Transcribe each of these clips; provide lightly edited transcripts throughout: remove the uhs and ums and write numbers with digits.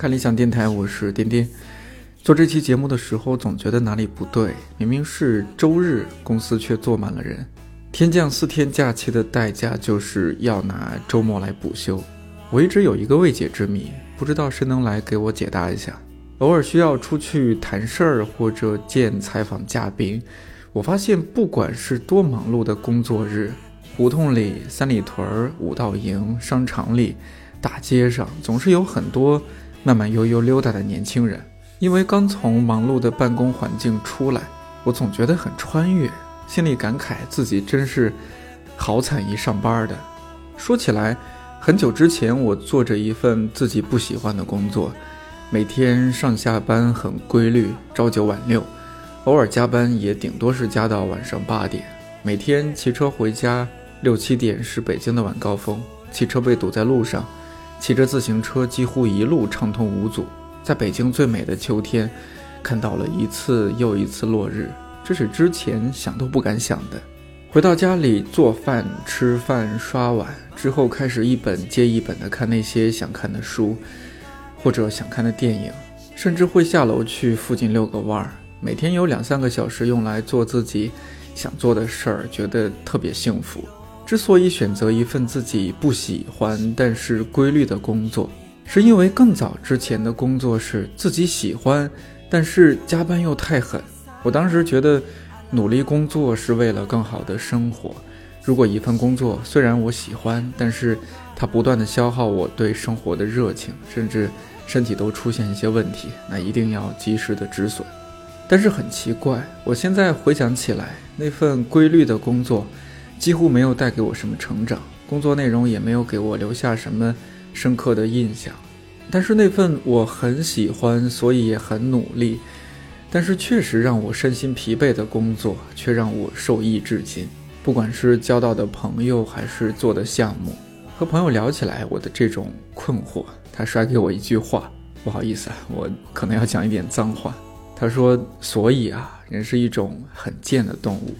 看理想电台，我是颠颠。做这期节目的时候总觉得哪里不对，明明是周日，公司却坐满了人。天降4天假期的代价就是要拿周末来补休。我一直有一个未解之谜，不知道谁能来给我解答一下。偶尔需要出去谈事儿或者见采访嘉宾，我发现不管是多忙碌的工作日，胡同里、三里屯、五道营、商场里、大街上，总是有很多慢慢悠悠溜达的年轻人。因为刚从忙碌的办公环境出来，我总觉得很穿越，心里感慨自己真是好惨一上班的。说起来，很久之前我做着一份自己不喜欢的工作，每天上下班很规律，朝9晚6，偶尔加班也顶多是加到晚上8点。每天骑车回家6、7点是北京的晚高峰，汽车被堵在路上，骑着自行车几乎一路畅通无阻。在北京最美的秋天，看到了一次又一次落日，这是之前想都不敢想的。回到家里做饭、吃饭、刷碗之后，开始一本接一本的看那些想看的书或者想看的电影，甚至会下楼去附近遛个弯儿。每天有2、3个小时用来做自己想做的事儿，觉得特别幸福。之所以选择一份自己不喜欢但是规律的工作，是因为更早之前的工作是自己喜欢，但是加班又太狠。我当时觉得努力工作是为了更好的生活，如果一份工作虽然我喜欢，但是它不断的消耗我对生活的热情，甚至身体都出现一些问题，那一定要及时的止损。但是很奇怪，我现在回想起来，那份规律的工作几乎没有带给我什么成长，工作内容也没有给我留下什么深刻的印象。但是那份我很喜欢，所以也很努力，但是确实让我身心疲惫的工作，却让我受益至今。不管是交到的朋友还是做的项目，和朋友聊起来我的这种困惑，他甩给我一句话，不好意思我可能要讲一点脏话。他说，所以人是一种很贱的动物。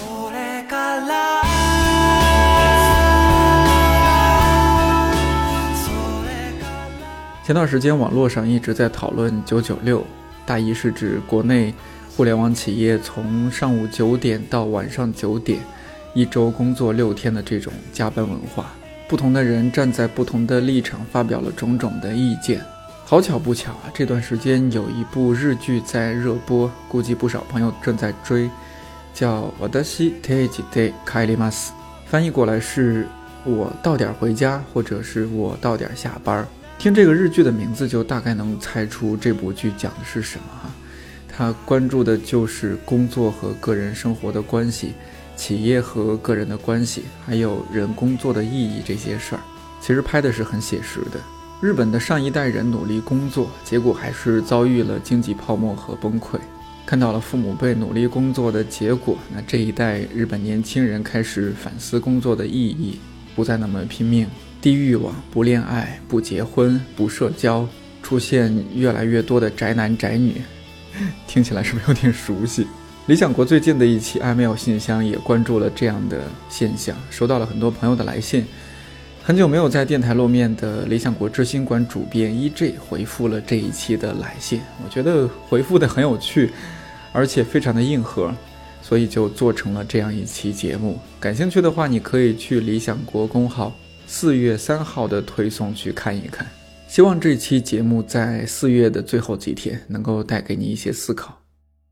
前段时间网络上一直在讨论996，大意是指国内互联网企业从上午9点到晚上9点，一周工作6天的这种加班文化。不同的人站在不同的立场發表了种种的意見。好巧不巧这段时间有一部日剧在热播，估计不少朋友正在追，叫私定時で帰ります，翻译过来是我到点回家，或者是我到点下班。听这个日剧的名字就大概能猜出这部剧讲的是什么它关注的就是工作和个人生活的关系，企业和个人的关系，还有人工作的意义这些事儿。其实拍的是很写实的。日本的上一代人努力工作，结果还是遭遇了经济泡沫和崩溃。看到了父母辈努力工作的结果，那这一代日本年轻人开始反思工作的意义，不再那么拼命，低欲望，不恋爱，不结婚，不社交，出现越来越多的宅男宅女。听起来是不是有点熟悉？理想国最近的一期爱mail信箱也关注了这样的现象，收到了很多朋友的来信。很久没有在电台露面的理想国知心馆主编 EJ 回复了这一期的来信，我觉得回复的很有趣，而且非常的硬核，所以就做成了这样一期节目。感兴趣的话，你可以去理想国公号4月3号的推送去看一看。希望这期节目在4月的最后几天能够带给你一些思考。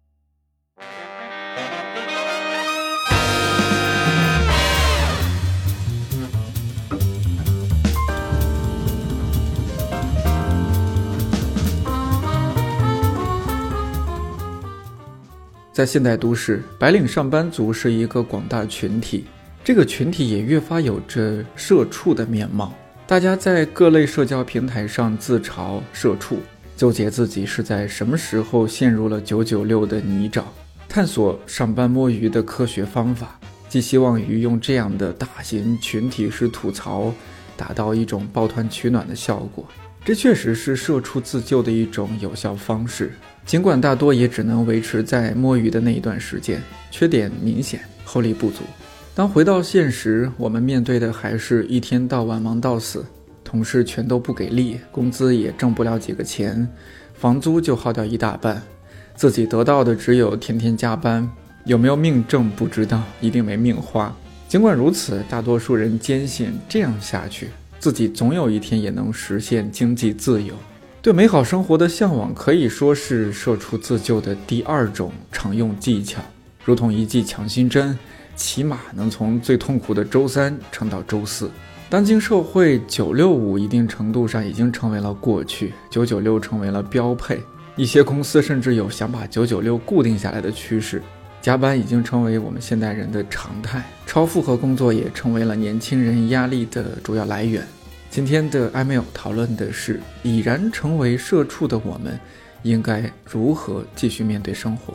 在现代都市，白领上班族是一个广大群体，这个群体也越发有着社畜的面貌。大家在各类社交平台上自嘲社畜，纠结自己是在什么时候陷入了996的泥沼，探索上班摸鱼的科学方法，寄希望于用这样的大型群体式吐槽达到一种抱团取暖的效果。这确实是社畜自救的一种有效方式，尽管大多也只能维持在摸鱼的那一段时间，缺点明显，后力不足。当回到现实，我们面对的还是一天到晚忙到死， 同事全都不给力，工资也挣不了几个钱，房租就耗掉一大半，自己得到的只有天天加班，有没有命挣不知道，一定没命花。尽管如此，大多数人坚信这样下去，自己总有一天也能实现经济自由。对美好生活的向往可以说是社畜自救的第二种常用技巧，如同一剂强心针，起码能从最痛苦的周三撑到周四。当今社会965一定程度上已经成为了过去，996成为了标配，一些公司甚至有想把996固定下来的趋势。加班已经成为我们现代人的常态，超负荷工作也成为了年轻人压力的主要来源。今天的 iMail 讨论的是，已然成为社畜的我们应该如何继续面对生活。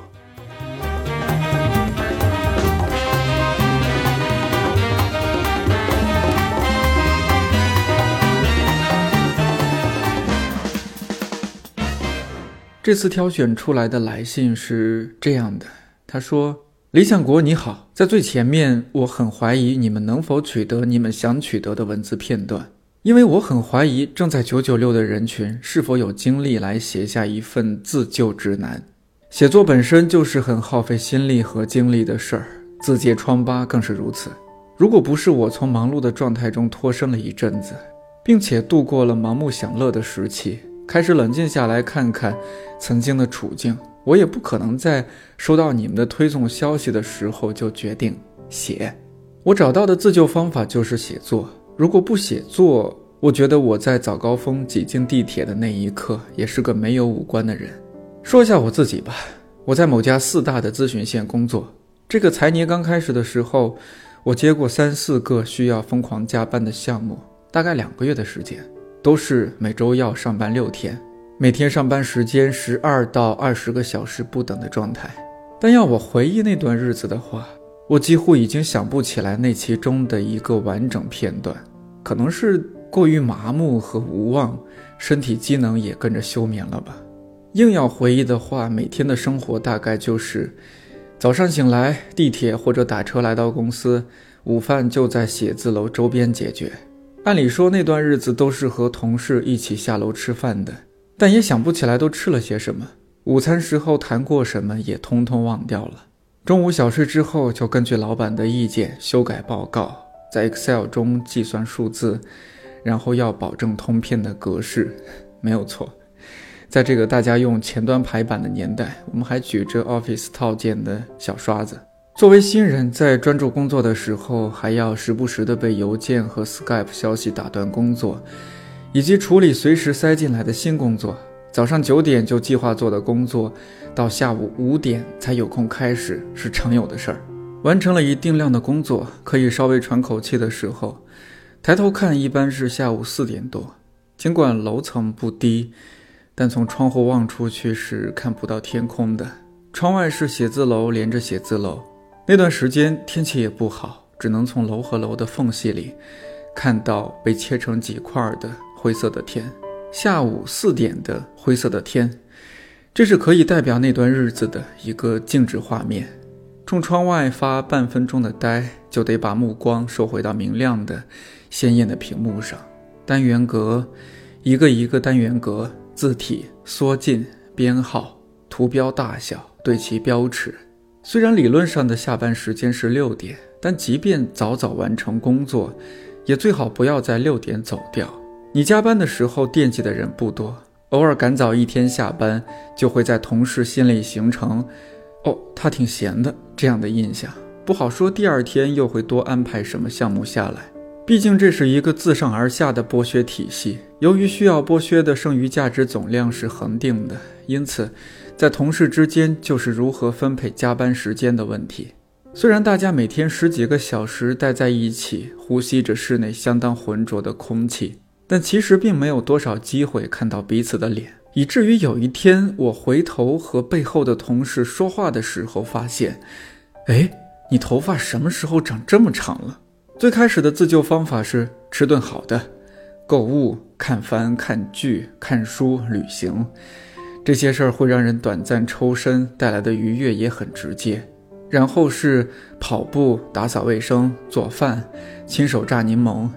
这次挑选出来的来信是这样的，他说：理想国你好，在最前面，我很怀疑你们能否取得你们想取得的文字片段，因为我很怀疑正在996的人群是否有精力来写下一份自救指南。写作本身就是很耗费心力和精力的事儿，自揭疮疤更是如此。如果不是我从忙碌的状态中脱身了一阵子，并且度过了盲目享乐的时期，开始冷静下来看看曾经的处境，我也不可能在收到你们的推送消息的时候就决定写。我找到的自救方法就是写作，如果不写作，我觉得我在早高峰挤进地铁的那一刻也是个没有五官的人。说一下我自己吧，我在某家4大的咨询线工作，这个财年刚开始的时候，我接过3、4个需要疯狂加班的项目，大概2个月的时间，都是每周要上班6天，每天上班时间12到20个小时不等的状态。但要我回忆那段日子的话，我几乎已经想不起来那其中的一个完整片段，可能是过于麻木和无望，身体机能也跟着休眠了吧。硬要回忆的话，每天的生活大概就是早上醒来，地铁或者打车来到公司，午饭就在写字楼周边解决。按理说那段日子都是和同事一起下楼吃饭的，但也想不起来都吃了些什么，午餐时候谈过什么也通通忘掉了。中午小睡之后，就根据老板的意见修改报告，在 Excel 中计算数字，然后要保证通篇的格式。没有错，在这个大家用前端排版的年代，我们还举着 Office 套件的小刷子。作为新人，在专注工作的时候，还要时不时的被邮件和 Skype 消息打断工作，以及处理随时塞进来的新工作。早上9点就计划做的工作，到下午5点才有空开始，是常有的事儿。完成了一定量的工作，可以稍微喘口气的时候，抬头看一般是下午4点多。尽管楼层不低，但从窗户望出去是看不到天空的，窗外是写字楼连着写字楼。那段时间天气也不好，只能从楼和楼的缝隙里看到被切成几块的灰色的天。下午4点的灰色的天，这是可以代表那段日子的一个静止画面。冲窗外发半分钟的呆，就得把目光收回到明亮的鲜艳的屏幕上。单元格，一个一个单元格，字体缩进编号，图标大小对其标尺。虽然理论上的下班时间是6点，但即便早早完成工作，也最好不要在6点走掉。你加班的时候惦记的人不多，偶尔赶早1天下班，就会在同事心里形成他挺闲的这样的印象，不好说第2天又会多安排什么项目下来。毕竟这是一个自上而下的剥削体系，由于需要剥削的剩余价值总量是恒定的，因此在同事之间就是如何分配加班时间的问题。虽然大家每天10几个小时待在一起，呼吸着室内相当浑浊的空气，但其实并没有多少机会看到彼此的脸，以至于有一天我回头和背后的同事说话的时候发现，你头发什么时候长这么长了？最开始的自救方法是吃顿好的，购物、看番、看剧、看书、旅行，这些事儿会让人短暂抽身，带来的愉悦也很直接。然后是跑步、打扫卫生、做饭、亲手榨柠檬，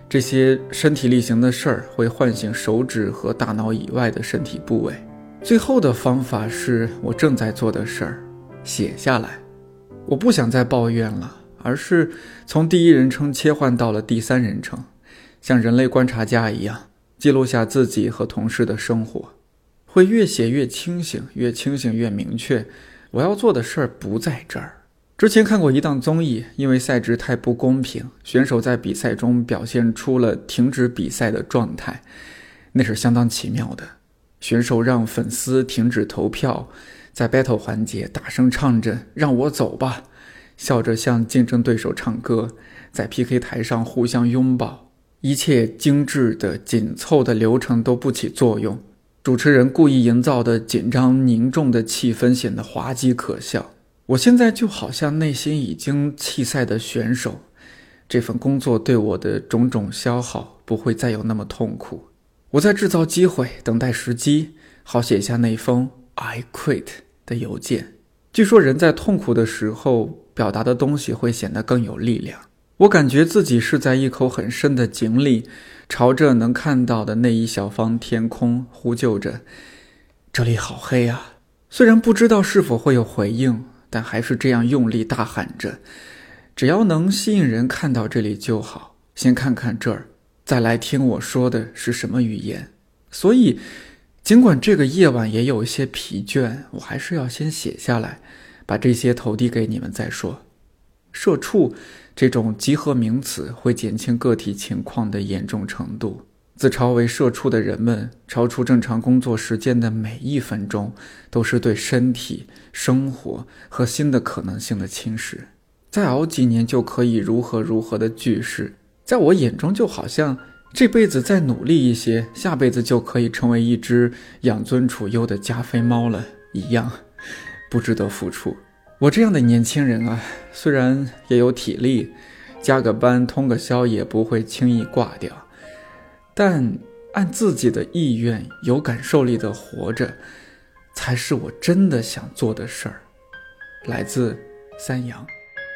这些身体力行的事儿会唤醒手指和大脑以外的身体部位。最后的方法是我正在做的事儿，写下来。我不想再抱怨了，而是从第一人称切换到了第三人称，像人类观察家一样记录下自己和同事的生活。会越写越清醒，越清醒越明确，我要做的事儿不在这儿。之前看过一档综艺，因为赛制太不公平，选手在比赛中表现出了停止比赛的状态，那是相当奇妙的。选手让粉丝停止投票，在 battle 环节大声唱着让我走吧，笑着向竞争对手唱歌，在 PK 台上互相拥抱，一切精致的紧凑的流程都不起作用，主持人故意营造的紧张凝重的气氛显得滑稽可笑。我现在就好像内心已经弃赛的选手，这份工作对我的种种消耗不会再有那么痛苦。我在制造机会，等待时机，好写下那封 I quit 的邮件。据说人在痛苦的时候，表达的东西会显得更有力量。我感觉自己是在一口很深的井里，朝着能看到的那一小方天空呼救着，这里好黑啊。虽然不知道是否会有回应，但还是这样用力大喊着，只要能吸引人看到这里就好，先看看这儿，再来听我说的是什么语言。所以尽管这个夜晚也有一些疲倦，我还是要先写下来，把这些投递给你们再说。社畜这种集合名词会减轻个体情况的严重程度，自嘲为社畜的人们超出正常工作时间的每一分钟都是对身体、生活和新的可能性的侵蚀。再熬几年就可以如何如何的句式，在我眼中就好像这辈子再努力一些，下辈子就可以成为一只养尊处优的加菲猫了一样，不值得付出。我这样的年轻人啊，虽然也有体力，加个班通个宵也不会轻易挂掉，但按自己的意愿有感受力的活着，才是我真的想做的事儿。来自三阳。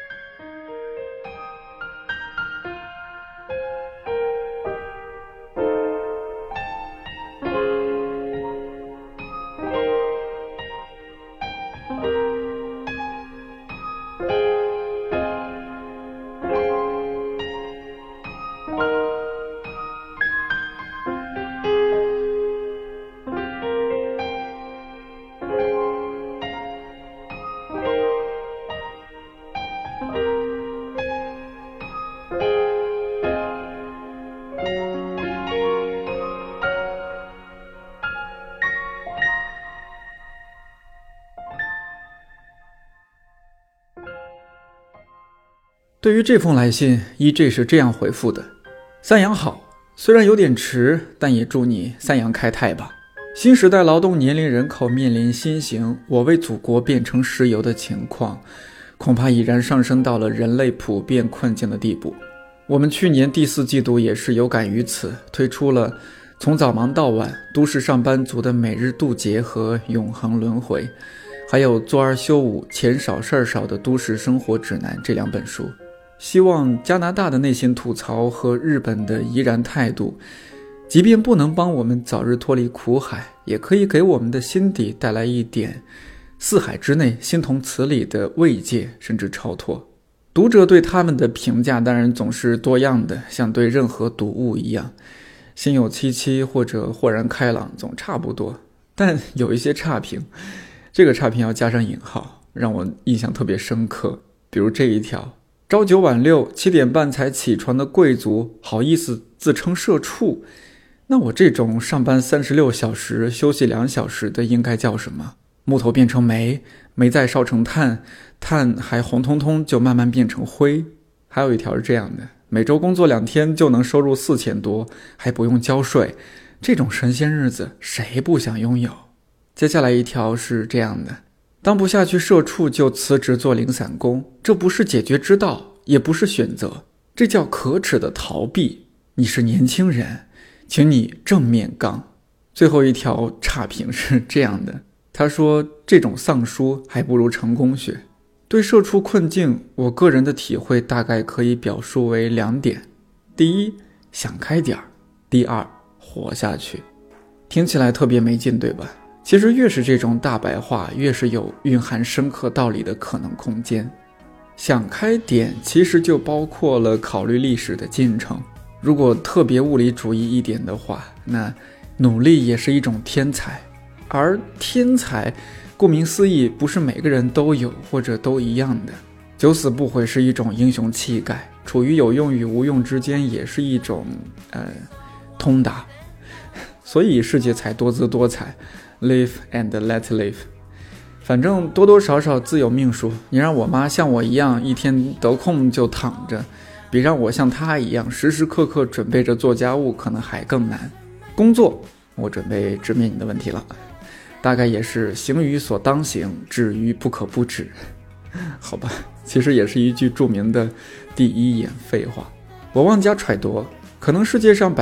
对于这封来信，EJ 是这样回复的：三阳好，虽然有点迟，但也祝你三阳开泰吧。新时代劳动年龄人口面临新型我为祖国变成石油的情况，恐怕已然上升到了人类普遍困境的地步。我们去年第4季度也是有感于此，推出了从早忙到晚都市上班族的每日渡劫和永恒轮回，还有做2休5钱少事儿少的都市生活指南这2本书。希望加拿大的内心吐槽和日本的怡然态度，即便不能帮我们早日脱离苦海，也可以给我们的心底带来一点四海之内心同此理的慰藉甚至超脱。读者对他们的评价当然总是多样的，像对任何读物一样，心有戚戚或者豁然开朗总差不多，但有一些差评，这个差评要加上引号，让我印象特别深刻。比如这一条，朝9晚67点半才起床的贵族好意思自称社畜，那我这种上班36小时休息2小时的应该叫什么？木头变成煤，煤再烧成炭，炭还红彤彤就慢慢变成灰。还有一条是这样的，每周工作2天就能收入4000多，还不用交税，这种神仙日子谁不想拥有？接下来一条是这样的，当不下去社畜就辞职做零散工，这不是解决之道，也不是选择，这叫可耻的逃避。你是年轻人，请你正面刚。最后一条差评是这样的，他说这种丧书还不如成功学。对社畜困境，我个人的体会大概可以表述为2点。第一， 想开点儿。第二，活下去。听起来特别没劲，对吧？其实越是这种大白话，越是有蕴含深刻道理的可能空间。想开点其实就包括了考虑历史的进程。如果特别物理主义一点的话，那努力也是一种天才。而天才顾名思义，不是每个人都有或者都一样的。九死不悔是一种英雄气概，处于有用与无用之间也是一种通达。所以世界才多姿多彩， live and let live。 反正多多少少自有命数，你让我妈像我一样一天得空就躺着，比让我像她一样时时刻刻准备着做家务可能还更难。工作我准备直面你的问题了，大概也是行于所当行，止于不可不止。好吧，其实也是一句著名的第一眼废话。我妄加揣度，可能世界上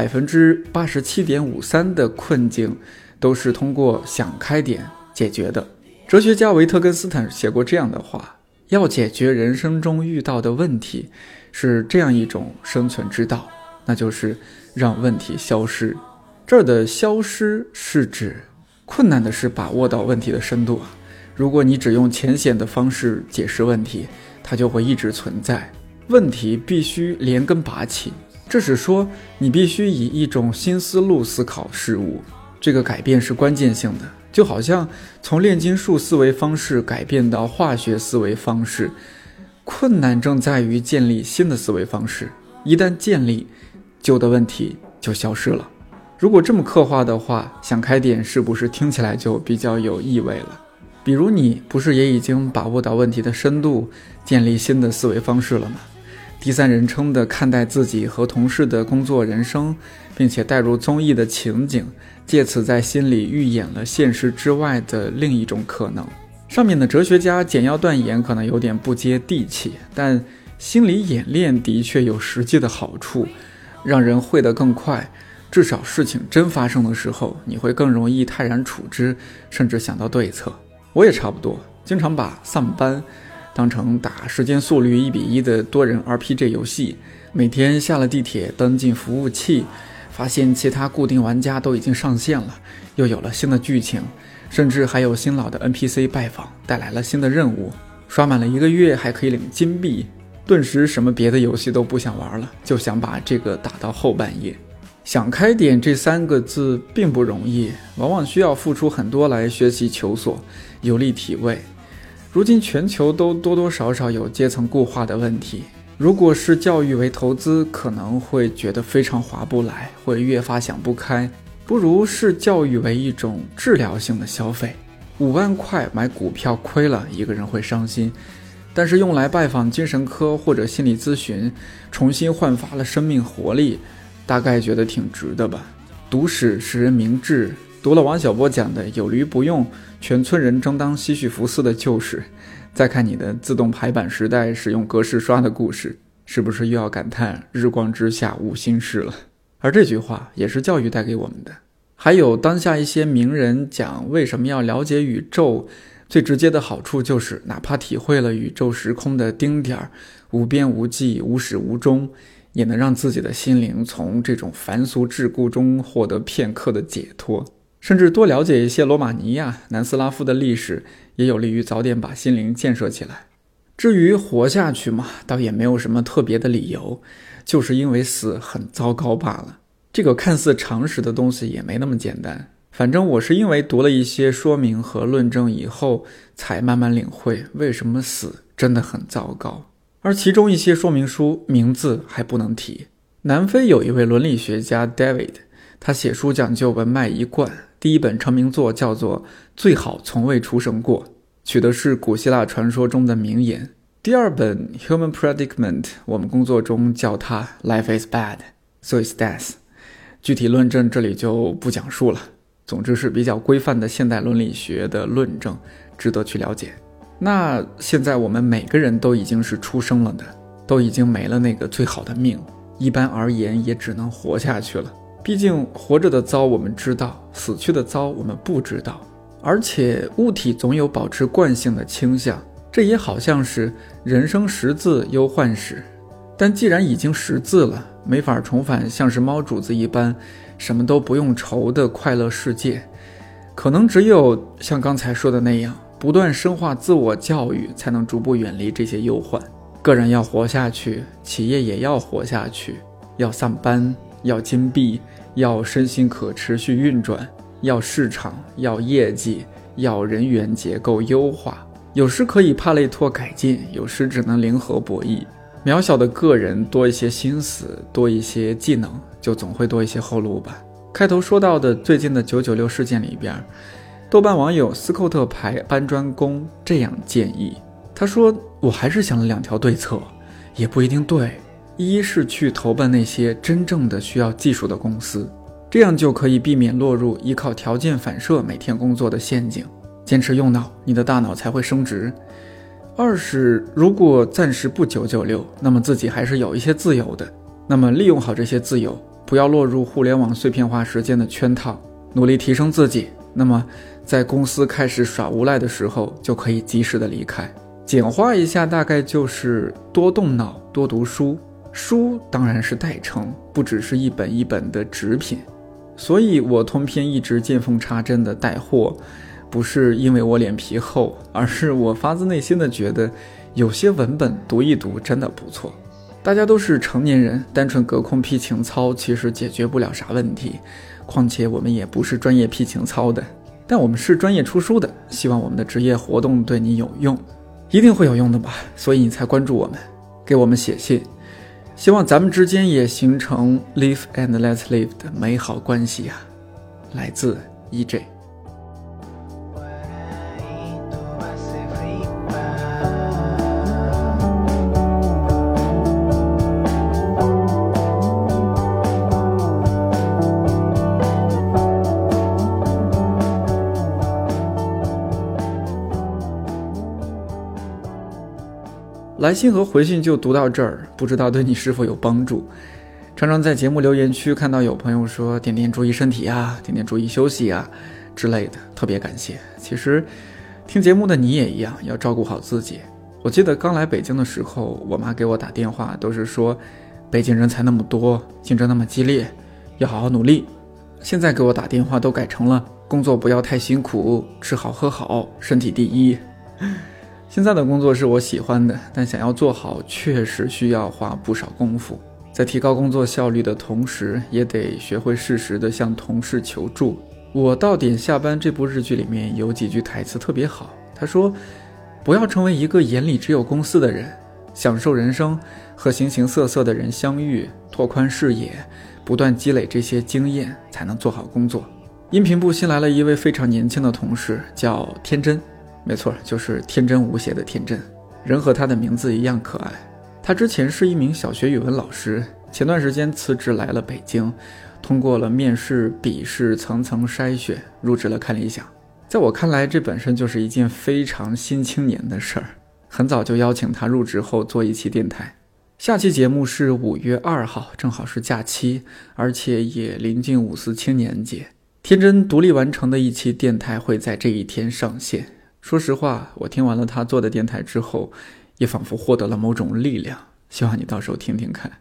87.53% 的困境都是通过想开点解决的。哲学家维特根斯坦写过这样的话，要解决人生中遇到的问题，是这样一种生存之道，那就是让问题消失。这儿的消失是指困难的是把握到问题的深度啊。如果你只用浅显的方式解释问题，它就会一直存在。问题必须连根拔起，这是说你必须以一种新思路思考事物，这个改变是关键性的。就好像从炼金术思维方式改变到化学思维方式，困难正在于建立新的思维方式，一旦建立，旧的问题就消失了。如果这么刻画的话，想开点是不是听起来就比较有意味了？比如你不是也已经把握到问题的深度，建立新的思维方式了吗？第三人称的看待自己和同事的工作人生，并且带入综艺的情景，借此在心里预演了现实之外的另一种可能。上面的哲学家简要断言可能有点不接地气，但心理演练的确有实际的好处，让人会得更快。至少事情真发生的时候，你会更容易泰然处之，甚至想到对策。我也差不多，经常把上班当成打时间速率1:1的多人 RPG 游戏，每天下了地铁登进服务器，发现其他固定玩家都已经上线了，又有了新的剧情，甚至还有新老的 NPC 拜访，带来了新的任务，刷满了1个月还可以领金币，顿时什么别的游戏都不想玩了，就想把这个打到后半夜。想开点这3个字并不容易，往往需要付出很多来学习求索，游历体味。如今全球都多多少少有阶层固化的问题，如果视教育为投资，可能会觉得非常划不来，会越发想不开。不如视教育为一种治疗性的消费，5万块买股票亏了，一个人会伤心，但是用来拜访精神科或者心理咨询，重新焕发了生命活力，大概觉得挺值的吧。读史使人明智，读了王小波讲的有驴不用，全村人争当西绪福斯的旧史，再看你的自动排版时代使用格式刷的故事，是不是又要感叹日光之下无心事了？而这句话也是教育带给我们的。还有当下一些名人讲为什么要了解宇宙，最直接的好处就是哪怕体会了宇宙时空的丁点，无边无际无始无终，也能让自己的心灵从这种凡俗桎梏中获得片刻的解脱。甚至多了解一些罗马尼亚、南斯拉夫的历史，也有利于早点把心灵建设起来。至于活下去嘛，倒也没有什么特别的理由，就是因为死很糟糕罢了。这个看似常识的东西也没那么简单。反正我是因为读了一些说明和论证以后，才慢慢领会为什么死真的很糟糕。而其中一些说明书名字还不能提。南非有一位伦理学家 David， 他写书讲究文脉一贯，第一本成名作叫做《最好从未出生过》，取的是古希腊传说中的名言。第二本 Human Predicament， 我们工作中叫它 Life is bad, so is death。 具体论证这里就不讲述了，总之是比较规范的现代伦理学的论证，值得去了解。那现在我们每个人都已经是出生了的，都已经没了那个最好的命，一般而言也只能活下去了。毕竟活着的糟我们知道，死去的糟我们不知道。而且物体总有保持惯性的倾向，这也好像是人生识字忧患史。 但既然已经识字了，没法重返像是猫主子一般什么都不用愁的快乐世界，可能只有像刚才说的那样，不断深化自我教育，才能逐步远离这些忧患。个人要活下去，企业也要活下去，要上班，要金币，要身心可持续运转，要市场，要业绩，要人员结构优化。有时可以帕累托改进，有时只能零和博弈。渺小的个人多一些心思，多一些技能，就总会多一些后路吧。开头说到的最近的996事件里边，豆瓣网友斯寇特牌搬砖工这样建议，他说，我还是想了2条对策，也不一定对。一是去投奔那些真正的需要技术的公司，这样就可以避免落入依靠条件反射每天工作的陷阱，坚持用脑，你的大脑才会升值。二是如果暂时不996，那么自己还是有一些自由的，那么利用好这些自由，不要落入互联网碎片化时间的圈套，努力提升自己，那么在公司开始耍无赖的时候，就可以及时的离开。简化一下，大概就是多动脑，多读书，书当然是代称，不只是一本一本的纸品。所以我通篇一直见缝插针的带货，不是因为我脸皮厚，而是我发自内心的觉得有些文本读一读真的不错。大家都是成年人，单纯隔空批情操其实解决不了啥问题，况且我们也不是专业批情操的，但我们是专业出书的，希望我们的职业活动对你有用，一定会有用的吧，所以你才关注我们，给我们写信，希望咱们之间也形成 live and let live 的美好关系啊。来自 EJ。来信和回信就读到这儿，不知道对你是否有帮助。常常在节目留言区看到有朋友说点点注意身体啊，点点注意休息啊之类的，特别感谢。其实听节目的你也一样，要照顾好自己。我记得刚来北京的时候，我妈给我打电话都是说北京人才那么多，竞争那么激烈，要好好努力。现在给我打电话都改成了工作不要太辛苦，吃好喝好，身体第一。现在的工作是我喜欢的，但想要做好确实需要花不少功夫。在提高工作效率的同时，也得学会适时的向同事求助。我到点下班这部日剧里面有几句台词特别好，他说，不要成为一个眼里只有公司的人，享受人生，和形形色色的人相遇，拓宽视野，不断积累这些经验，才能做好工作。音频部新来了一位非常年轻的同事，叫天真，没错，就是天真无邪的天真，人和他的名字一样可爱。他之前是一名小学语文老师，前段时间辞职来了北京，通过了面试、笔试层层筛选，入职了看理想。在我看来，这本身就是一件非常新青年的事儿。很早就邀请他入职后做一期电台，下期节目是5月2号，正好是假期，而且也临近5·4青年节。天真独立完成的一期电台会在这一天上线。说实话，我听完了他做的电台之後，也仿佛獲得了某種力量，希望你到時候聽聽看。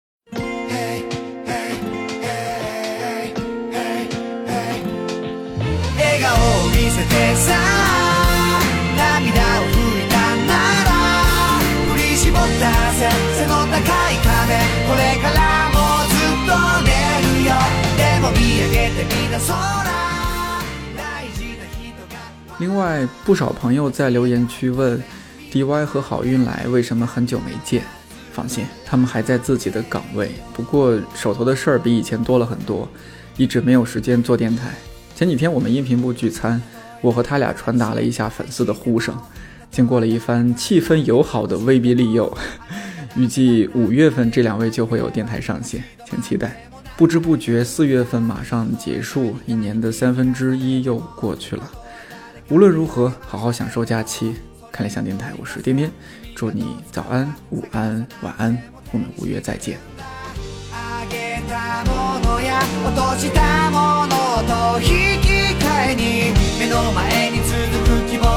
另外，不少朋友在留言区问 DY 和好运来为什么很久没见。放心，他们还在自己的岗位，不过手头的事儿比以前多了很多，一直没有时间做电台。前几天我们音频部聚餐，我和他俩传达了一下粉丝的呼声，经过了一番气氛友好的威逼利诱，预计5月份这2位就会有电台上线，请期待。不知不觉4月份马上结束，一年的1/3又过去了。无论如何，好好享受假期。看理想电台，我是颠颠，祝你早安、午安、晚安，我们5月再见。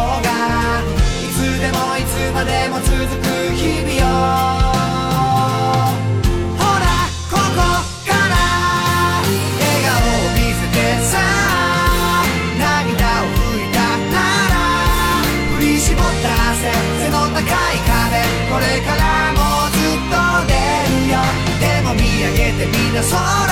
いつでもいつまでも続く日々よれからもずっと出るよでも見上げてみんな空